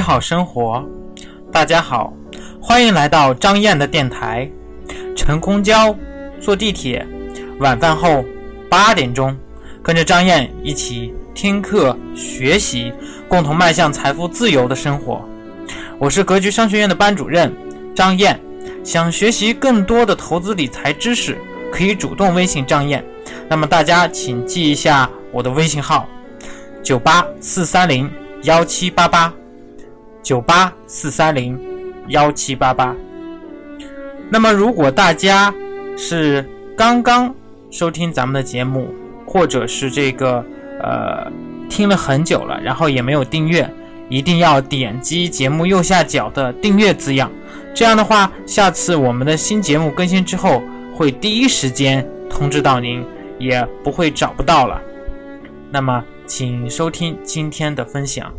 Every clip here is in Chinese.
好生活。大家好，欢迎来到张燕的电台。乘公交、坐地铁，晚饭后8点钟，跟着张燕一起听课学习，共同迈向财富自由的生活。我是格局商学院的班主任张燕，想学习更多的投资理财知识，可以主动微信张燕。那么大家请记一下我的微信号9843017788 9843017788。那么如果大家是刚刚收听咱们的节目，或者是听了很久了，然后也没有订阅，一定要点击节目右下角的订阅字样，这样的话下次我们的新节目更新之后会第一时间通知到您，也不会找不到了。那么请收听今天的分享。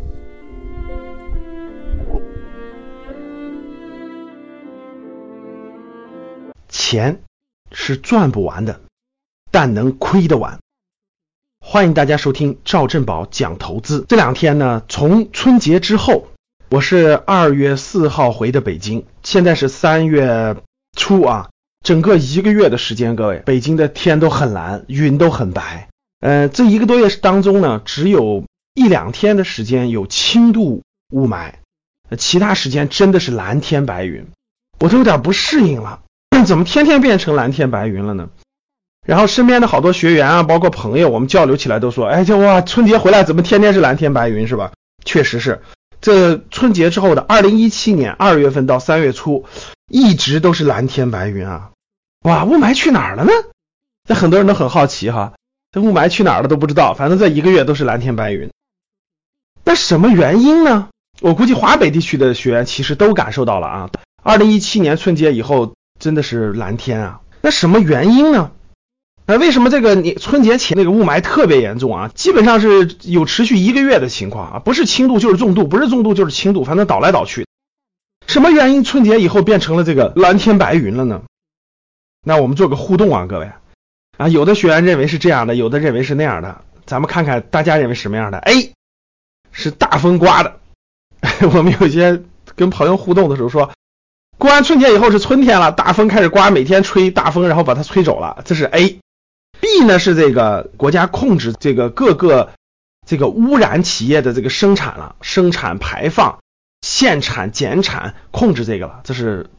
钱是赚不完的，但能亏得完。欢迎大家收听赵振宝讲投资。这两天呢，从春节之后，我是2月4号回的北京，现在是3月初啊，整个1个月的时间，各位，北京的天都很蓝，云都很白。这1个多月当中呢，只有1-2天的时间有轻度雾霾，其他时间真的是蓝天白云，我都有点不适应了。怎么天天变成蓝天白云了呢？然后身边的好多学员啊，包括朋友，我们交流起来都说，哇，春节回来怎么天天是蓝天白云，是吧？确实是，这春节之后的2017年2月份到3月初，一直都是蓝天白云啊。哇，雾霾去哪儿了呢？这很多人都很好奇哈，这雾霾去哪儿了都不知道，反正这1个月都是蓝天白云。那什么原因呢？我估计华北地区的学员其实都感受到了啊。2017年春节以后真的是蓝天啊。那什么原因呢？为什么这个春节前那个雾霾特别严重啊？基本上是有持续1个月的情况啊，不是轻度就是重度，不是重度就是轻度，反正倒来倒去。什么原因春节以后变成了这个蓝天白云了呢？那我们做个互动啊，各位啊，有的学员认为是这样的，有的认为是那样的，咱们看看大家认为什么样的。A 是大风刮的我们有些跟朋友互动的时候说，过完春节以后是春天了，大风开始刮，每天吹大风，然后把它吹走了，这是 A。B 呢是这个国家控制这个各个这个污染企业的这个生产了，生产排放、限产减产控制这个了，这是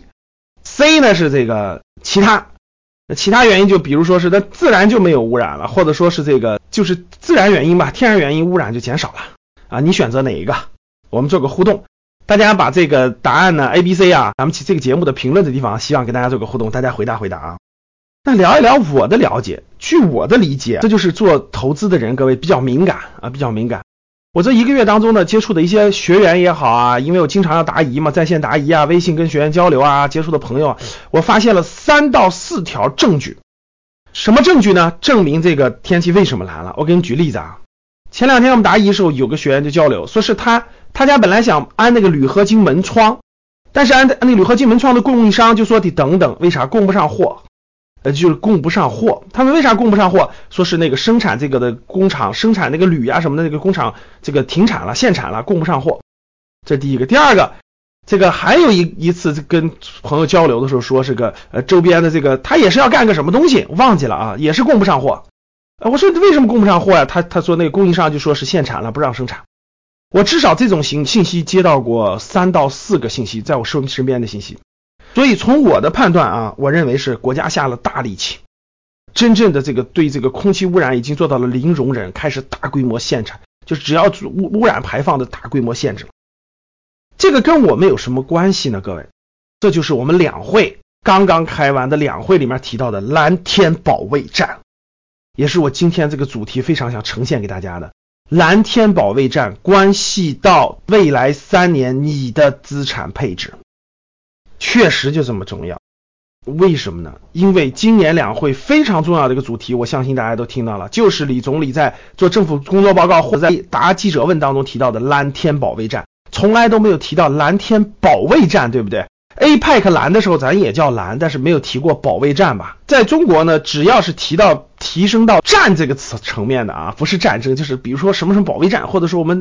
B。C 呢是这个其他原因，就比如说是它自然就没有污染了，或者说是这个就是自然原因吧，天然原因污染就减少了啊，你选择哪一个？我们做个互动。大家把这个答案呢 ABC 啊，咱们这个节目的评论的地方希望跟大家做个互动，大家回答啊。那聊一聊我的了解，据我的理解，这就是做投资的人各位比较敏感。我这1个月当中呢，接触的一些学员也好啊，因为我经常要答疑嘛，在线答疑啊，微信跟学员交流啊，接触的朋友，我发现了3到4条证据。什么证据呢？证明这个天气为什么蓝了。我给你举例子啊。前2天我们答疑的时候，有个学员就交流，说是他家本来想安那个铝合金门窗，但是安那铝合金门窗的供应商就说得等等，为啥供不上货？就是供不上货。他们为啥供不上货？说是那个生产这个的工厂生产那个铝啊什么的那个工厂这个停产了，限产了，供不上货。这第一个。第二个，这个还有一次跟朋友交流的时候说是个周边的这个他也是要干个什么东西，忘记了啊，也是供不上货。我说为什么供不上货呀？他说那个供应商就说是限产了，不让生产。我至少这种信息接到过3到4个信息，在我身边的信息。所以从我的判断啊，我认为是国家下了大力气，真正的这个对这个空气污染已经做到了零容忍，开始大规模限产，就是只要污染排放的大规模限制。这个跟我们有什么关系呢？各位，这就是我们两会刚刚开完的两会里面提到的蓝天保卫战，也是我今天这个主题非常想呈现给大家的。蓝天保卫战关系到未来3年你的资产配置，确实就这么重要。为什么呢？因为今年两会非常重要的一个主题，我相信大家都听到了，就是李总理在做政府工作报告或者在答记者问当中提到的蓝天保卫战，从来都没有提到蓝天保卫战，对不对？APEC 蓝的时候咱也叫蓝，但是没有提过保卫战吧。在中国呢，只要是提升到战这个词层面的啊，不是战争，就是比如说什么保卫战，或者说我们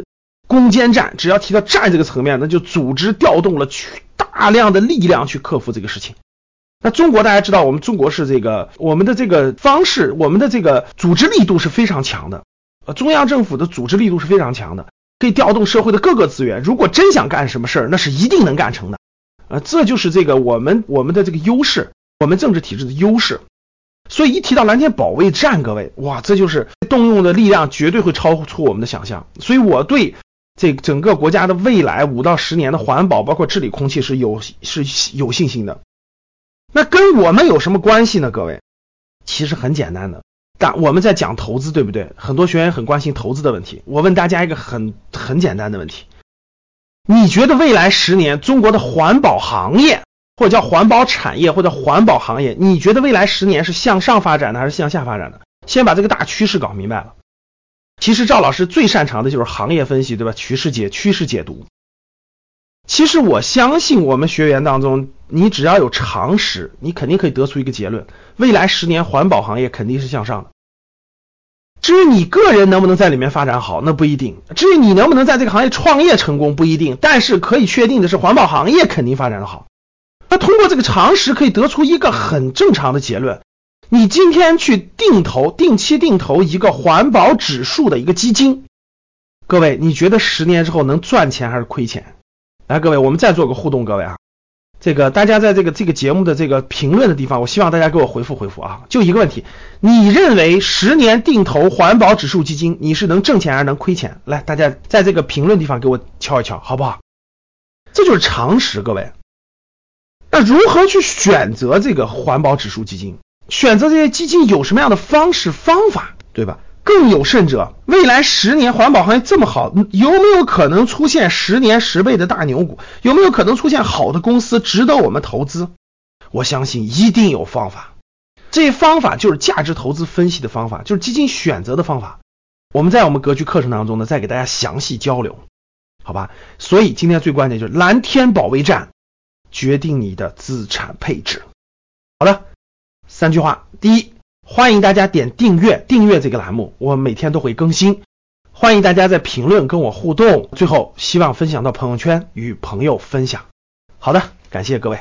攻坚战，只要提到战这个层面，那就组织调动了大量的力量去克服这个事情。那中国大家知道，我们中国是我们的这个方式，我们的这个组织力度是非常强的，中央政府的组织力度是非常强的，可以调动社会的各个资源，如果真想干什么事儿，那是一定能干成的。这就是我们的这个优势，我们政治体制的优势。所以一提到蓝天保卫战，各位，哇，这就是动用的力量绝对会超出我们的想象。所以我对这整个国家的未来5到10年的环保包括治理空气是有信心的。那跟我们有什么关系呢？各位，其实很简单的，但我们在讲投资，对不对？很多学员很关心投资的问题。我问大家一个很简单的问题，你觉得未来10年中国的环保行业，或者叫环保产业，或者环保行业，你觉得未来10年是向上发展的还是向下发展的？先把这个大趋势搞明白了。其实赵老师最擅长的就是行业分析，对吧？趋势解读。其实我相信我们学员当中，你只要有常识，你肯定可以得出一个结论，未来10年环保行业肯定是向上的。至于你个人能不能在里面发展好，那不一定。至于你能不能在这个行业创业成功，不一定。但是可以确定的是，环保行业肯定发展的好。那通过这个常识可以得出一个很正常的结论，你今天去定期定投一个环保指数的一个基金，各位，你觉得10年之后能赚钱还是亏钱？来，各位，我们再做个互动，各位啊，大家在这个节目的这个评论的地方，我希望大家给我回复啊，就一个问题，你认为10年定投环保指数基金，你是能挣钱还是能亏钱？来，大家在这个评论地方给我敲一敲，好不好？这就是常识，各位。那如何去选择这个环保指数基金？选择这些基金有什么样的方式方法，对吧？更有甚者，未来10年环保行业这么好，有没有可能出现10年10倍的大牛股？有没有可能出现好的公司值得我们投资？我相信一定有方法。这些方法就是价值投资分析的方法，就是基金选择的方法。我们在我们格局课程当中呢，再给大家详细交流，好吧？所以今天最关键就是蓝天保卫战决定你的资产配置。好的，3句话。第一，欢迎大家点订阅这个栏目，我每天都会更新。欢迎大家在评论跟我互动。最后，希望分享到朋友圈，与朋友分享。好的，感谢各位。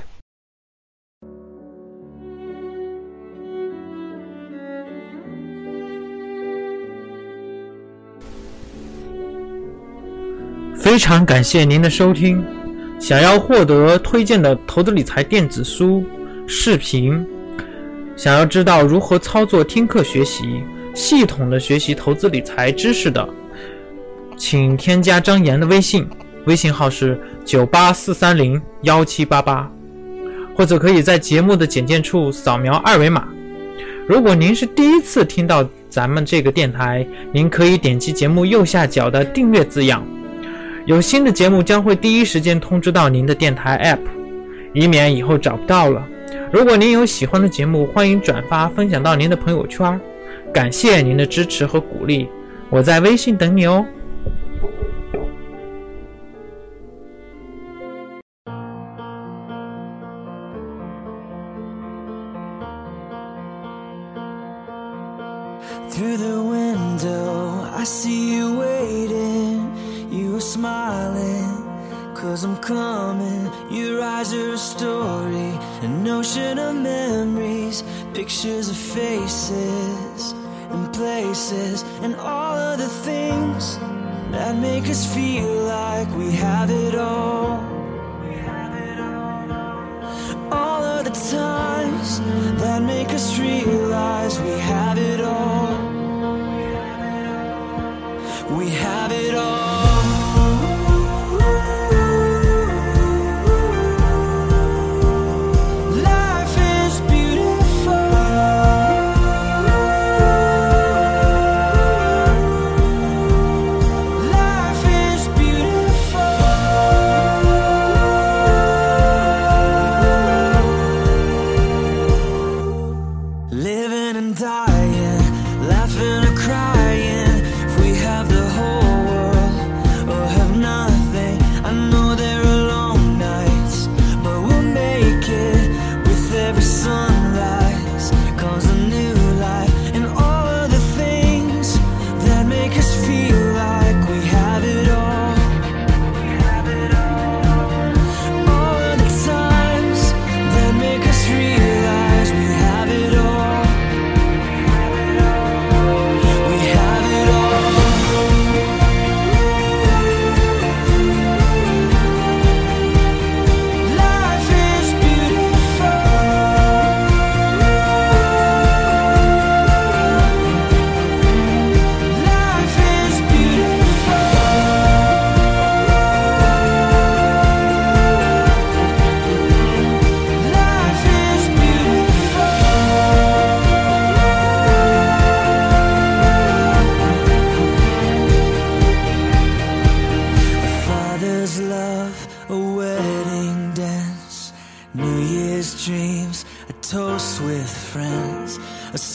非常感谢您的收听。想要获得推荐的投资理财电子书、视频，想要知道如何操作听课学习，系统的学习投资理财知识的，请添加张岩的微信号是9843017788，或者可以在节目的简介处扫描2维码。如果您是第一次听到咱们这个电台，您可以点击节目右下角的订阅字样，有新的节目将会第一时间通知到您的电台 App， 以免以后找不到了。如果您有喜欢的节目，欢迎转发分享到您的朋友圈。感谢您的支持和鼓励，我在微信等你哦。 Through the window, I see you waiting. You were smiling, 'cause I'm coming. Your eyes are a story, an ocean of memories, pictures of faces and places, and all of the things that make us feel like we have it all. All of the times that make us realize we have it all. We have it all. Life is beautiful. Life is beautiful. Living and dying, laughing or crying, if we have the whole world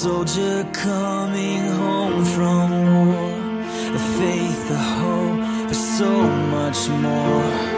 soldier coming home from war, a faith, a hope, for so much more.